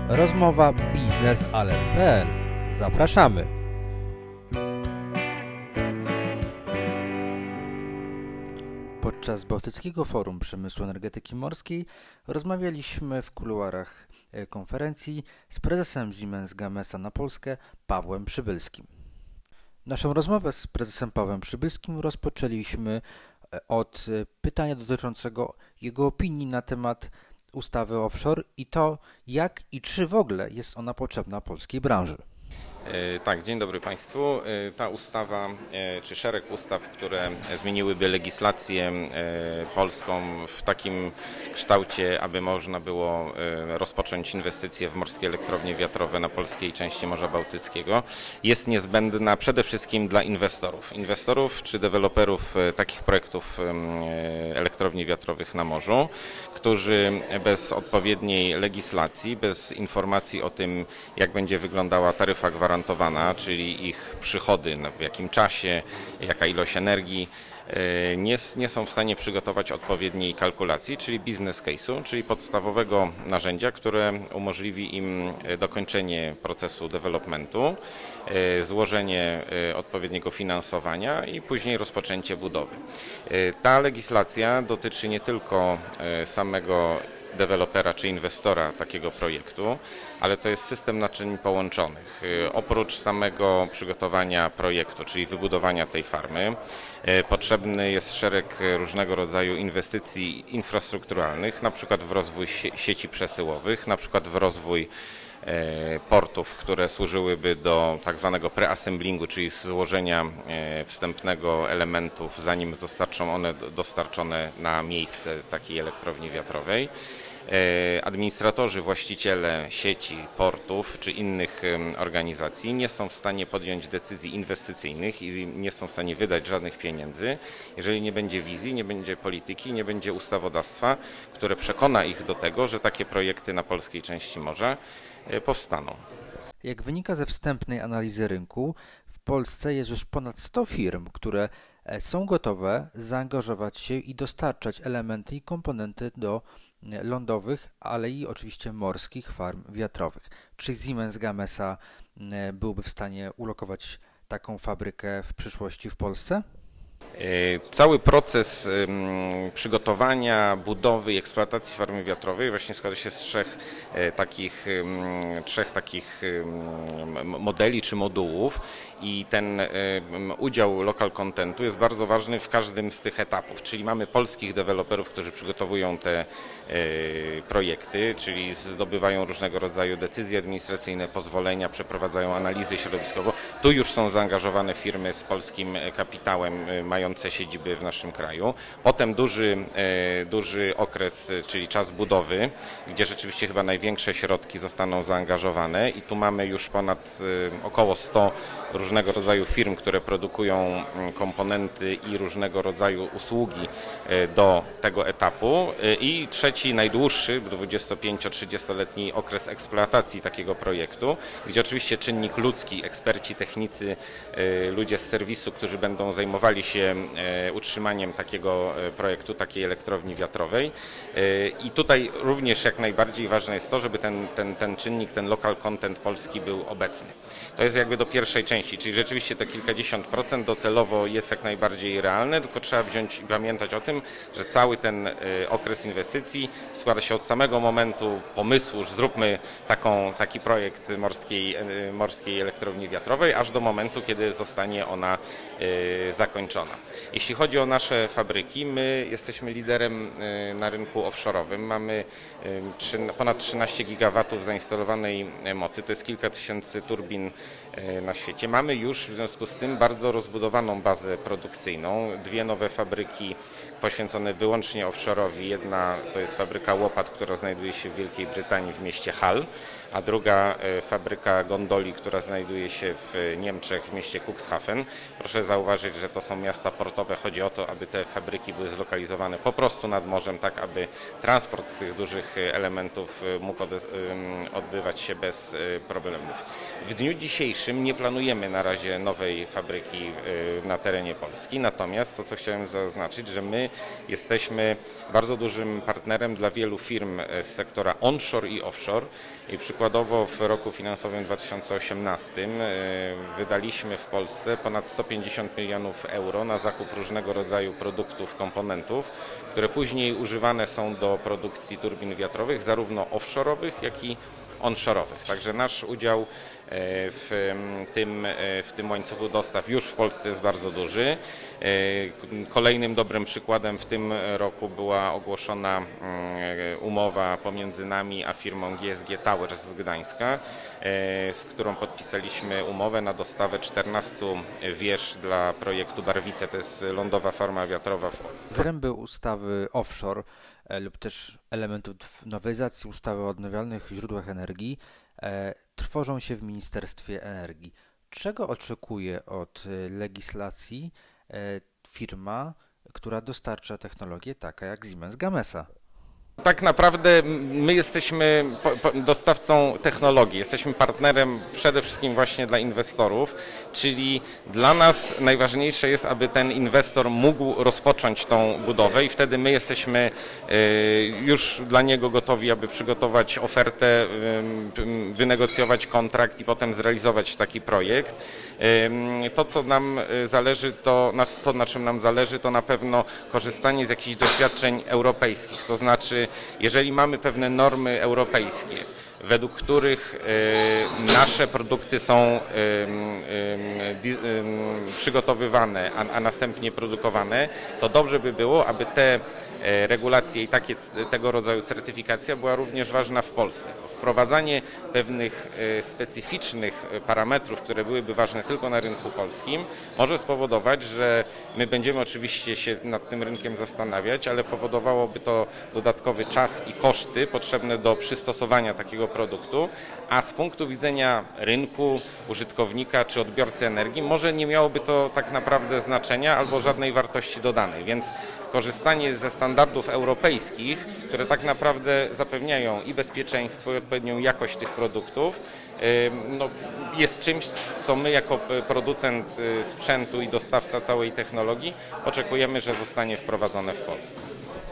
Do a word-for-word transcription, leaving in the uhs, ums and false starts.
Rozmowa biznesalert kropka pe el. Zapraszamy! Podczas Bałtyckiego Forum Przemysłu Energetyki Morskiej rozmawialiśmy w kuluarach konferencji z prezesem Siemens Gamesa na Polskę Pawłem Przybylskim. Naszą rozmowę z prezesem Pawłem Przybylskim rozpoczęliśmy od pytania dotyczącego jego opinii na temat ustawy offshore i to, jak i czy w ogóle jest ona potrzebna polskiej branży. Tak, dzień dobry Państwu. Ta ustawa, czy szereg ustaw, które zmieniłyby legislację polską w takim kształcie, aby można było rozpocząć inwestycje w morskie elektrownie wiatrowe na polskiej części Morza Bałtyckiego, jest niezbędna przede wszystkim dla inwestorów. Inwestorów czy deweloperów takich projektów elektrowni wiatrowych na morzu, którzy bez odpowiedniej legislacji, bez informacji o tym, jak będzie wyglądała taryfa gwarantowana, czyli ich przychody, w jakim czasie, jaka ilość energii, nie, nie są w stanie przygotować odpowiedniej kalkulacji, czyli business case'u, czyli podstawowego narzędzia, które umożliwi im dokończenie procesu developmentu, złożenie odpowiedniego finansowania i później rozpoczęcie budowy. Ta legislacja dotyczy nie tylko samego dewelopera czy inwestora takiego projektu, ale to jest system naczyń połączonych. Oprócz samego przygotowania projektu, czyli wybudowania tej farmy, potrzebny jest szereg różnego rodzaju inwestycji infrastrukturalnych, na przykład w rozwój sieci przesyłowych, na przykład w rozwój portów, które służyłyby do tak zwanego preassemblingu, czyli złożenia wstępnego elementów, zanim dostarczą one dostarczone na miejsce takiej elektrowni wiatrowej. Administratorzy, właściciele sieci, portów czy innych organizacji nie są w stanie podjąć decyzji inwestycyjnych i nie są w stanie wydać żadnych pieniędzy, jeżeli nie będzie wizji, nie będzie polityki, nie będzie ustawodawstwa, które przekona ich do tego, że takie projekty na polskiej części morza powstaną. Jak wynika ze wstępnej analizy rynku, w Polsce jest już ponad sto firm, które są gotowe zaangażować się i dostarczać elementy i komponenty do lądowych, ale i oczywiście morskich farm wiatrowych. Czy Siemens Gamesa byłby w stanie ulokować taką fabrykę w przyszłości w Polsce? Cały proces przygotowania, budowy i eksploatacji farmy wiatrowej właśnie składa się z trzech takich, trzech takich modeli czy modułów i ten udział local contentu jest bardzo ważny w każdym z tych etapów, czyli mamy polskich deweloperów, którzy przygotowują te projekty, czyli zdobywają różnego rodzaju decyzje administracyjne, pozwolenia, przeprowadzają analizy środowiskowe. Tu już są zaangażowane firmy z polskim kapitałem, mające siedziby w naszym kraju. Potem duży, duży okres, czyli czas budowy, gdzie rzeczywiście chyba największe środki zostaną zaangażowane i tu mamy już ponad około sto różnego rodzaju firm, które produkują komponenty i różnego rodzaju usługi do tego etapu. I trzeci, najdłuższy, dwudziesto-pięcio-trzydziestoletni okres eksploatacji takiego projektu, gdzie oczywiście czynnik ludzki, eksperci, technicy, ludzie z serwisu, którzy będą zajmowali się utrzymaniem takiego projektu, takiej elektrowni wiatrowej. I tutaj również jak najbardziej ważne jest to, żeby ten, ten, ten czynnik, ten local content polski był obecny. To jest jakby do pierwszej części, czyli rzeczywiście te kilkadziesiąt procent docelowo jest jak najbardziej realne, tylko trzeba wziąć i pamiętać o tym, że cały ten okres inwestycji składa się od samego momentu pomysłu, że zróbmy taką, taki projekt morskiej, morskiej elektrowni wiatrowej, aż do momentu, kiedy zostanie ona zakończona. Jeśli chodzi o nasze fabryki, my jesteśmy liderem na rynku offshore'owym. Mamy ponad trzynaście gigawatów zainstalowanej mocy, to jest kilka tysięcy turbin na świecie. Mamy już w związku z tym bardzo rozbudowaną bazę produkcyjną. Dwie nowe fabryki poświęcone wyłącznie offshore'owi. Jedna to jest fabryka łopat, która znajduje się w Wielkiej Brytanii w mieście Hull, a druga fabryka gondoli, która znajduje się w Niemczech w mieście Cuxhaven. Proszę zauważyć, że to są miasta miasta portowe. Chodzi o to, aby te fabryki były zlokalizowane po prostu nad morzem, tak aby transport tych dużych elementów mógł odbywać się bez problemów. W dniu dzisiejszym nie planujemy na razie nowej fabryki na terenie Polski, natomiast to, co chciałem zaznaczyć, że my jesteśmy bardzo dużym partnerem dla wielu firm z sektora onshore i offshore i przykładowo w roku finansowym dwa tysiące osiemnastym wydaliśmy w Polsce ponad sto pięćdziesiąt milionów euro na zakup różnego rodzaju produktów, komponentów, które później używane są do produkcji turbin wiatrowych, zarówno offshore'owych, jak i onshore'owych. Także nasz udział w tym, w tym łańcuchu dostaw już w Polsce jest bardzo duży. Kolejnym dobrym przykładem w tym roku była ogłoszona umowa pomiędzy nami a firmą G S G Towers z Gdańska, z którą podpisaliśmy umowę na dostawę czternastu wież dla projektu Barwice. To jest lądowa farma wiatrowa w Polsce. Zręby ustawy offshore lub też elementów nowelizacji ustawy o odnawialnych źródłach energii tworzą się w Ministerstwie Energii. Czego oczekuje od legislacji firma, która dostarcza technologię taka jak Siemens Gamesa? Tak naprawdę my jesteśmy dostawcą technologii, jesteśmy partnerem przede wszystkim właśnie dla inwestorów, czyli dla nas najważniejsze jest, aby ten inwestor mógł rozpocząć tą budowę i wtedy my jesteśmy już dla niego gotowi, aby przygotować ofertę, wynegocjować kontrakt i potem zrealizować taki projekt. To, co nam zależy, to na, to na czym nam zależy, to na pewno korzystanie z jakichś doświadczeń europejskich, to znaczy jeżeli mamy pewne normy europejskie, według których nasze produkty są przygotowywane, a, a następnie produkowane, to dobrze by było, aby te regulacje i takie, tego rodzaju certyfikacja była również ważna w Polsce. Wprowadzanie pewnych specyficznych parametrów, które byłyby ważne tylko na rynku polskim, może spowodować, że my będziemy oczywiście się nad tym rynkiem zastanawiać, ale powodowałoby to dodatkowy czas i koszty potrzebne do przystosowania takiego produktu, a z punktu widzenia rynku, użytkownika czy odbiorcy energii może nie miałoby to tak naprawdę znaczenia albo żadnej wartości dodanej, więc korzystanie ze standardów europejskich, które tak naprawdę zapewniają i bezpieczeństwo, i odpowiednią jakość tych produktów, no, jest czymś, co my jako producent sprzętu i dostawca całej technologii oczekujemy, że zostanie wprowadzone w Polsce.